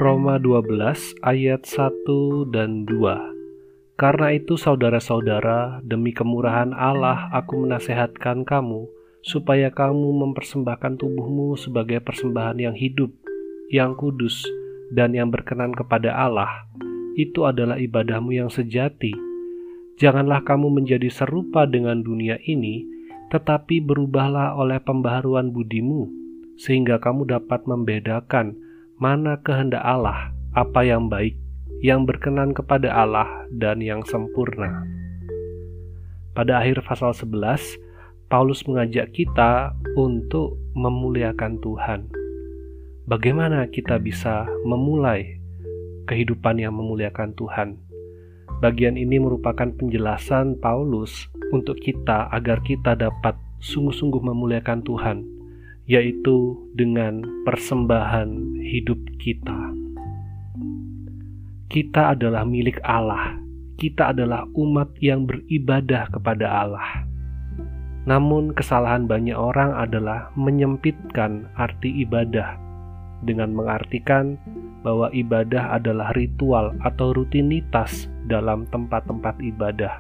Roma 12 ayat 1 dan 2. Karena itu saudara-saudara, demi kemurahan Allah aku menasehatkan kamu, supaya kamu mempersembahkan tubuhmu sebagai persembahan yang hidup, yang kudus, dan yang berkenan kepada Allah. Itu adalah ibadahmu yang sejati. Janganlah kamu menjadi serupa dengan dunia ini, tetapi berubahlah oleh pembaharuan budimu, sehingga kamu dapat membedakan mana kehendak Allah, apa yang baik, yang berkenan kepada Allah, dan yang sempurna. Pada akhir pasal 11, Paulus mengajak kita untuk memuliakan Tuhan. Bagaimana kita bisa memulai kehidupan yang memuliakan Tuhan? Bagian ini merupakan penjelasan Paulus untuk kita agar kita dapat sungguh-sungguh memuliakan Tuhan, yaitu dengan persembahan hidup kita. Kita adalah milik Allah. Kita adalah umat yang beribadah kepada Allah. Namun kesalahan banyak orang adalah menyempitkan arti ibadah dengan mengartikan bahwa ibadah adalah ritual atau rutinitas dalam tempat-tempat ibadah.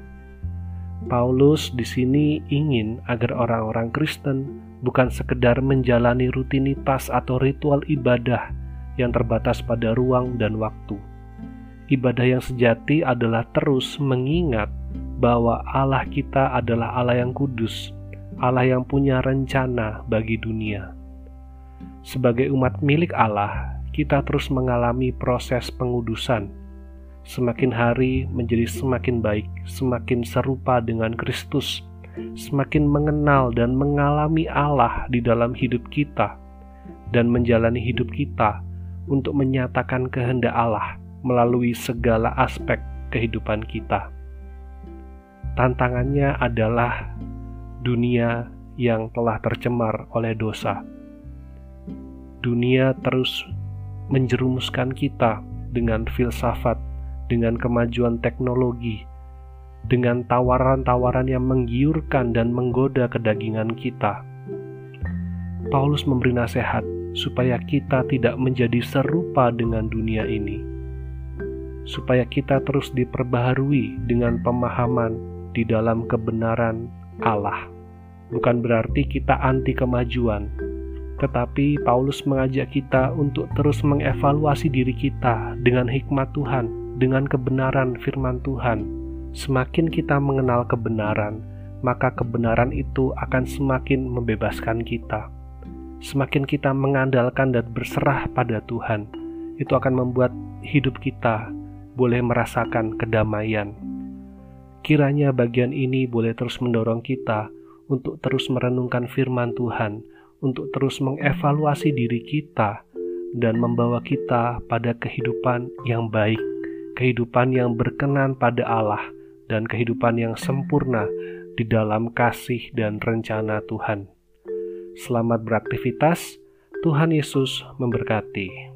Paulus di sini ingin agar orang-orang Kristen bukan sekedar menjalani rutinitas atau ritual ibadah yang terbatas pada ruang dan waktu. Ibadah yang sejati adalah terus mengingat bahwa Allah kita adalah Allah yang kudus, Allah yang punya rencana bagi dunia. Sebagai umat milik Allah, kita terus mengalami proses pengudusan. Semakin hari menjadi semakin baik, semakin serupa dengan Kristus, semakin mengenal dan mengalami Allah di dalam hidup kita, dan menjalani hidup kita untuk menyatakan kehendak Allah melalui segala aspek kehidupan kita. Tantangannya adalah dunia yang telah tercemar oleh dosa. Dunia terus menjerumuskan kita dengan filsafat, dengan kemajuan teknologi, dengan tawaran-tawaran yang menggiurkan dan menggoda kedagingan kita. Paulus memberi nasihat supaya kita tidak menjadi serupa dengan dunia ini, supaya kita terus diperbaharui dengan pemahaman di dalam kebenaran Allah. Bukan berarti kita anti kemajuan, tetapi Paulus mengajak kita untuk terus mengevaluasi diri kita dengan hikmat Tuhan, dengan kebenaran firman Tuhan. Semakin kita mengenal kebenaran, maka kebenaran itu akan semakin membebaskan kita. Semakin kita mengandalkan dan berserah pada Tuhan, itu akan membuat hidup kita boleh merasakan kedamaian. Kiranya bagian ini boleh terus mendorong kita untuk terus merenungkan firman Tuhan, untuk terus mengevaluasi diri kita, dan membawa kita pada kehidupan yang baik, kehidupan yang berkenan pada Allah, dan kehidupan yang sempurna di dalam kasih dan rencana Tuhan. Selamat beraktivitas, Tuhan Yesus memberkati.